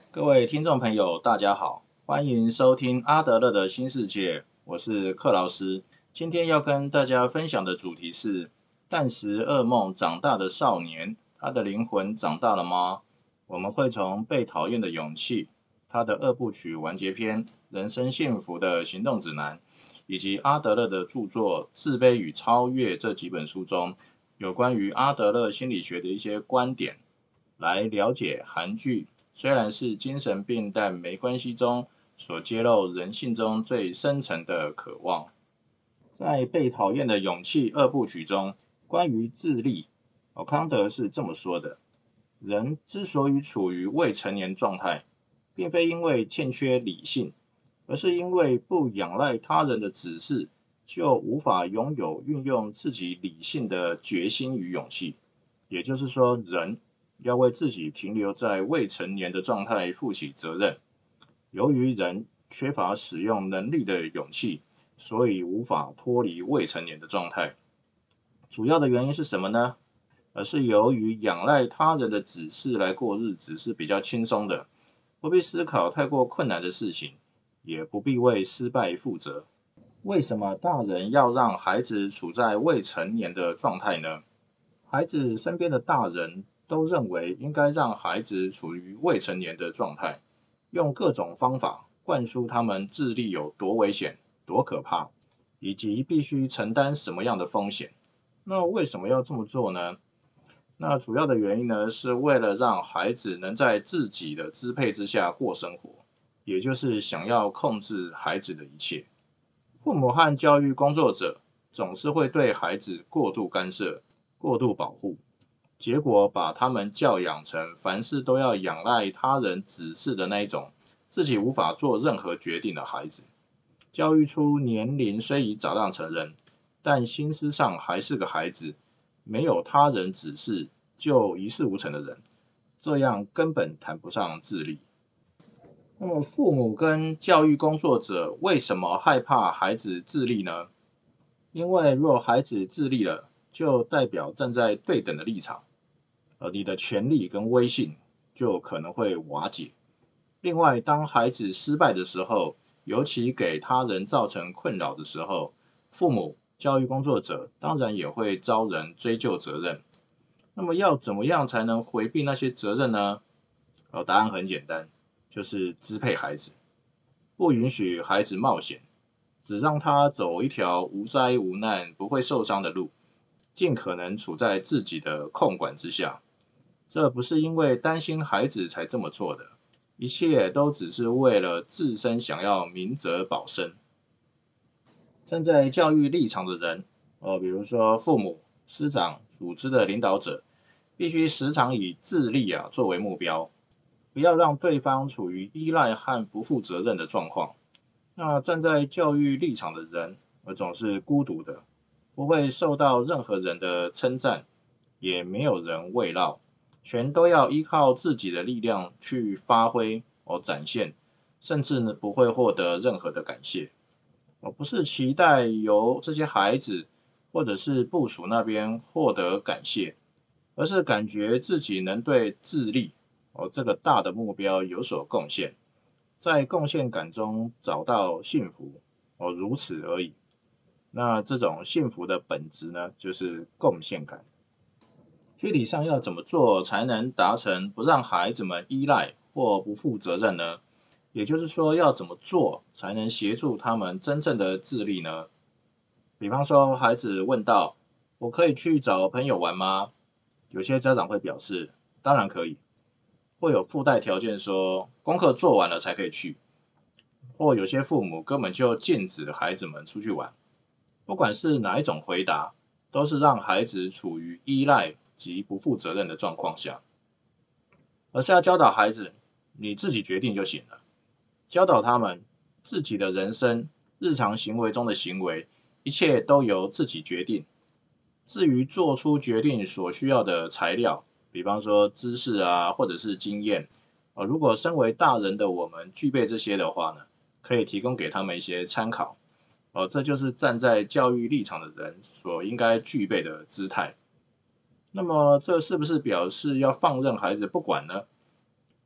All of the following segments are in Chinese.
各位听众朋友，大家好，欢迎收听阿德勒的新世界，我是克劳斯。今天要跟大家分享的主题是：但食噩梦长大的少年，他的灵魂长大了吗？我们会从被讨厌的勇气、他的二部曲完结篇、人生幸福的行动指南，以及阿德勒的著作《自卑与超越》这几本书中有关于阿德勒心理学的一些观点，来了解韩剧虽然是精神病，但没关系中所揭露人性中最深层的渴望。在被讨厌的勇气二部曲中，关于自立，康德是这么说的：人之所以处于未成年状态，并非因为欠缺理性，而是因为不仰赖他人的指示，就无法拥有运用自己理性的决心与勇气。也就是说，人要为自己停留在未成年的状态负起责任。由于人缺乏使用能力的勇气，所以无法脱离未成年的状态。主要的原因是什么呢？而是由于仰赖他人的指示来过日子是比较轻松的，不必思考太过困难的事情，也不必为失败负责。为什么大人要让孩子处在未成年的状态呢？孩子身边的大人都认为应该让孩子处于未成年的状态，用各种方法灌输他们智力有多危险、多可怕，以及必须承担什么样的风险。那为什么要这么做呢？那主要的原因呢，是为了让孩子能在自己的支配之下过生活，也就是想要控制孩子的一切。父母和教育工作者总是会对孩子过度干涉、过度保护，结果把他们教养成凡事都要仰赖他人指示的那一种，自己无法做任何决定的孩子。教育出年龄虽已长大成人，但心思上还是个孩子，没有他人指示就一事无成的人，这样根本谈不上自立。那么，父母跟教育工作者为什么害怕孩子自立呢？因为若孩子自立了，就代表站在对等的立场，你的权利跟威信就可能会瓦解。另外，当孩子失败的时候，尤其给他人造成困扰的时候，父母、教育工作者当然也会遭人追究责任。那么要怎么样才能回避那些责任呢？答案很简单，就是支配孩子，不允许孩子冒险，只让他走一条无灾无难、不会受伤的路，尽可能处在自己的控管之下。这不是因为担心孩子才这么做的，一切都只是为了自身想要明哲保身。站在教育立场的人，比如说父母、师长、组织的领导者，必须时常以自立作为目标，不要让对方处于依赖和不负责任的状况。那站在教育立场的人，总是孤独的，不会受到任何人的称赞，也没有人慰劳，全都要依靠自己的力量去发挥展现，甚至呢不会获得任何的感谢。不是期待由这些孩子或者是部属那边获得感谢，而是感觉自己能对自立这个大的目标有所贡献，在贡献感中找到幸福如此而已。那这种幸福的本质呢，就是贡献感。具体上要怎么做才能达成不让孩子们依赖或不负责任呢？也就是说，要怎么做才能协助他们真正的自立呢？比方说，孩子问到：“我可以去找朋友玩吗？”有些家长会表示：“当然可以。”会有附带条件说：“功课做完了才可以去。”或有些父母根本就禁止孩子们出去玩。不管是哪一种回答，都是让孩子处于依赖及不负责任的状况下，而是要教导孩子，你自己决定就行了。教导他们自己的人生、日常行为中的行为，一切都由自己决定。至于做出决定所需要的材料，比方说知识或者是经验，如果身为大人的我们具备这些的话呢，可以提供给他们一些参考。这就是站在教育立场的人所应该具备的姿态。那么，这是不是表示要放任孩子不管呢？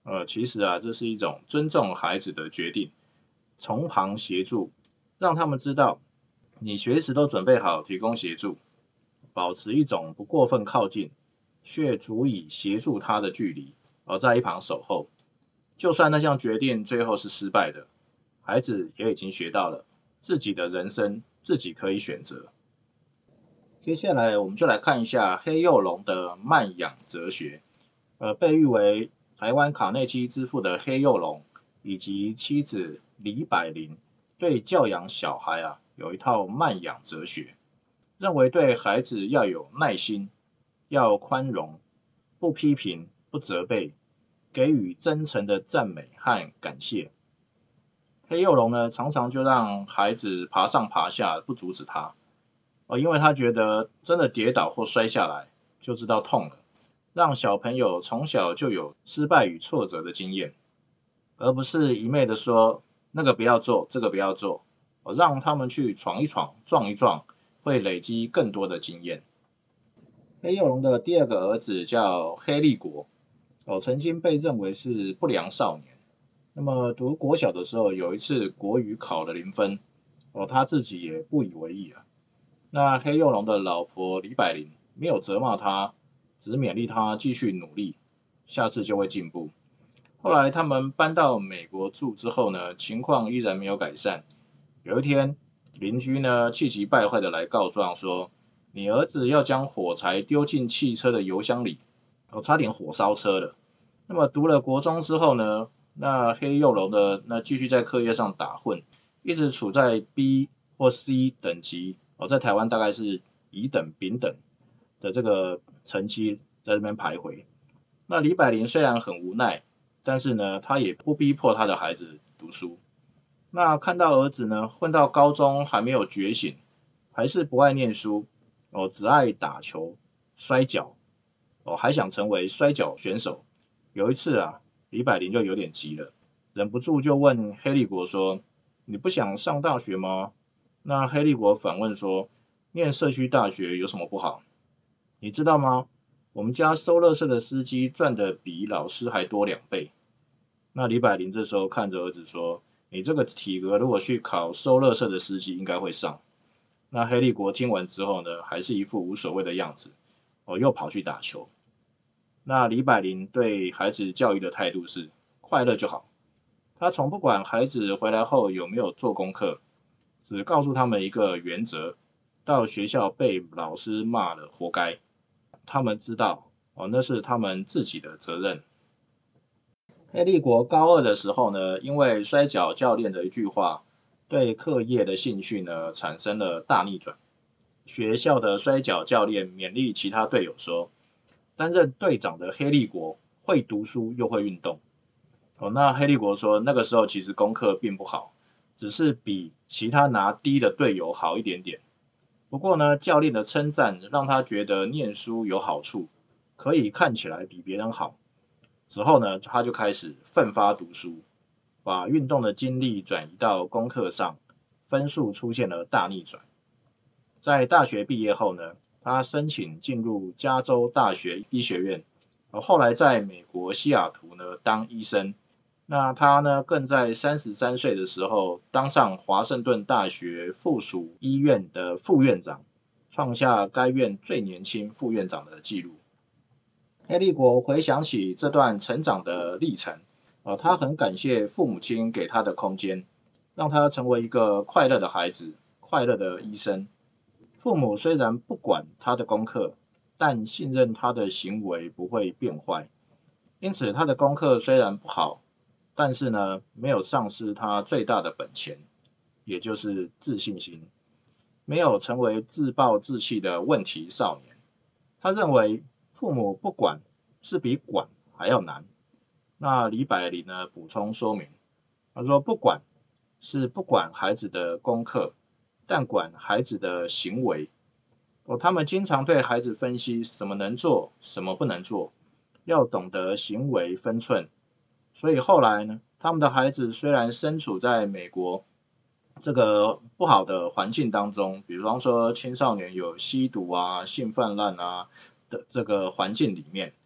其实啊，这是一种尊重孩子的决定，从旁协助，让他们知道你随时都准备好提供协助，保持一种不过分靠近，却足以协助他的距离，而在一旁守候。就算那项决定最后是失败的，孩子也已经学到了自己的人生自己可以选择。接下来我们就来看一下黑幼龙的慢养哲学。被誉为台湾卡内基之父的黑幼龙，以及妻子李百灵，对教养小孩有一套慢养哲学，认为对孩子要有耐心，要宽容，不批评，不责备，给予真诚的赞美和感谢。黑幼龙呢，常常就让孩子爬上爬下，不阻止他，因为他觉得真的跌倒或摔下来就知道痛了，让小朋友从小就有失败与挫折的经验，而不是一昧的说那个不要做，这个不要做，让他们去闯一闯，撞一撞，会累积更多的经验。黑幼龙的第二个儿子叫黑立国，曾经被认为是不良少年。那么读国小的时候，有一次国语考了0分，他自己也不以为意啊。那黑幼龙的老婆李百灵没有责骂他，只勉励他继续努力，下次就会进步。后来他们搬到美国住之后呢，情况依然没有改善。有一天，邻居呢气急败坏的来告状说，你儿子要将火柴丢进汽车的油箱里，差点火烧车了。那么读了国中之后呢，那黑幼龙的那继续在课业上打混，一直处在 B 或 C 等级，在台湾大概是乙等、丙等的这个成绩在这边徘徊。那李百灵虽然很无奈，但是呢，他也不逼迫他的孩子读书。那看到儿子呢混到高中还没有觉醒，还是不爱念书，只爱打球、摔跤，还想成为摔跤选手。有一次啊，李百灵就有点急了，忍不住就问黑立国说：“你不想上大学吗？”那黑立国反问说：“念社区大学有什么不好？你知道吗？我们家收垃圾的司机赚的比老师还多2倍。”那李百灵这时候看着儿子说：“你这个体格如果去考收垃圾的司机，应该会上。”那黑立国听完之后呢，还是一副无所谓的样子，又跑去打球。那李百灵对孩子教育的态度是快乐就好，他从不管孩子回来后有没有做功课，只告诉他们一个原则：到学校被老师骂了活该，他们知道那是他们自己的责任。黑立国高2的时候呢，因为摔跤教练的一句话，对课业的兴趣呢产生了大逆转。学校的摔跤教练勉励其他队友说，担任队长的黑立国会读书又会运动。那黑立国说，那个时候其实功课并不好，只是比其他拿低的队友好一点点。不过呢，教练的称赞让他觉得念书有好处，可以看起来比别人好。之后呢，他就开始奋发读书，把运动的精力转移到功课上，分数出现了大逆转。在大学毕业后呢，他申请进入加州大学医学院，后来在美国西雅图呢当医生。那他呢，更在33岁的时候当上华盛顿大学附属医院的副院长，创下该院最年轻副院长的纪录。黑立国回想起这段成长的历程，他很感谢父母亲给他的空间，让他成为一个快乐的孩子，快乐的医生。父母虽然不管他的功课，但信任他的行为不会变坏。因此，他的功课虽然不好，但是呢，没有丧失他最大的本钱，也就是自信心，没有成为自暴自弃的问题少年。他认为父母不管是比管还要难。那李百灵呢补充说明，他说不管是不管孩子的功课，但管孩子的行为。他们经常对孩子分析什么能做，什么不能做，要懂得行为分寸。所以后来呢，他们的孩子虽然身处在美国这个不好的环境当中，比方说青少年有吸毒啊、性泛滥啊的这个环境里面，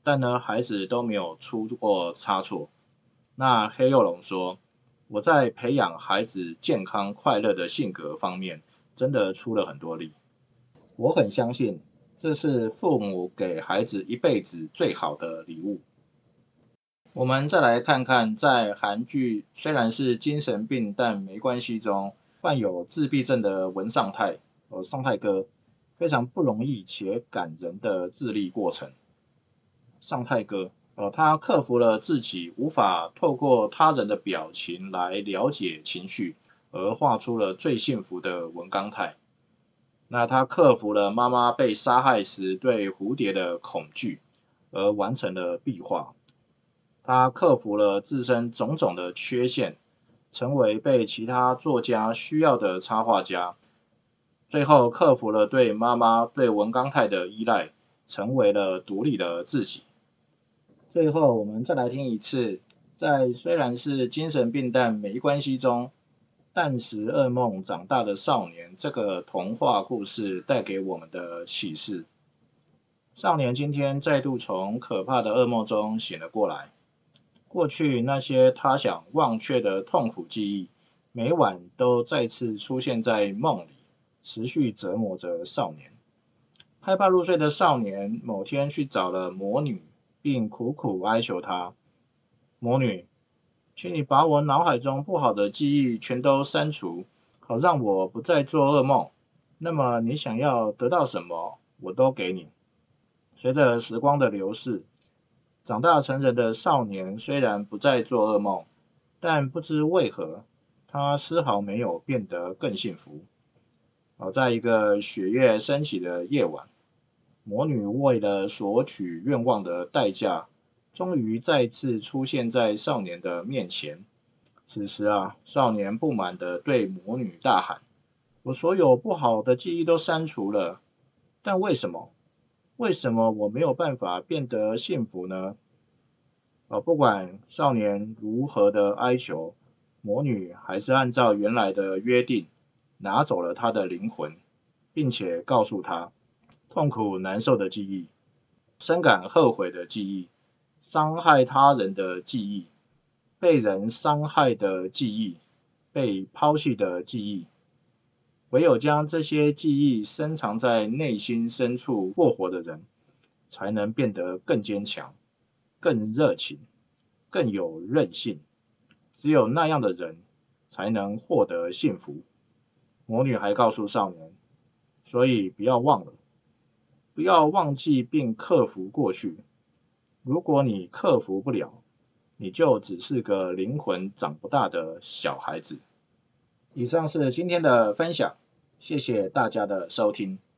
但呢，孩子都没有出过差错。那黑幼龙说，我在培养孩子健康快乐的性格方面，真的出了很多力。我很相信，这是父母给孩子一辈子最好的礼物。我们再来看看，在韩剧虽然是精神病但没关系中，患有自闭症的文尚泰，尚泰哥，非常不容易且感人的自立过程。尚泰哥，他克服了自己无法透过他人的表情来了解情绪，而画出了最幸福的文刚泰。那他克服了妈妈被杀害时对蝴蝶的恐惧，而完成了壁画。他克服了自身种种的缺陷，成为被其他作家需要的插画家。最后克服了对妈妈对文刚泰的依赖，成为了独立的自己。最后我们再来听一次，在虽然是精神病但没关系中，但食噩梦长大的少年这个童话故事带给我们的启示。少年今天再度从可怕的噩梦中醒了过来，过去那些他想忘却的痛苦记忆，每晚都再次出现在梦里，持续折磨着少年。害怕入睡的少年某天去找了魔女，并苦苦哀求她：魔女，请你把我脑海中不好的记忆全都删除，好让我不再做噩梦。那么你想要得到什么，我都给你。随着时光的流逝，长大成人的少年虽然不再做噩梦，但不知为何，他丝毫没有变得更幸福。在一个雪月升起的夜晚，魔女为了索取愿望的代价，终于再次出现在少年的面前。此时少年不满地对魔女大喊：我所有不好的记忆都删除了，但为什么？为什么我没有办法变得幸福呢？不管少年如何的哀求，魔女还是按照原来的约定，拿走了他的灵魂，并且告诉他，痛苦难受的记忆、深感后悔的记忆、伤害他人的记忆、被人伤害的记忆、被抛弃的记忆，唯有将这些记忆深藏在内心深处过活的人，才能变得更坚强、更热情、更有韧性。只有那样的人，才能获得幸福。魔女还告诉少年，所以不要忘了，不要忘记并克服过去。如果你克服不了，你就只是个灵魂长不大的小孩子。以上是今天的分享，谢谢大家的收听。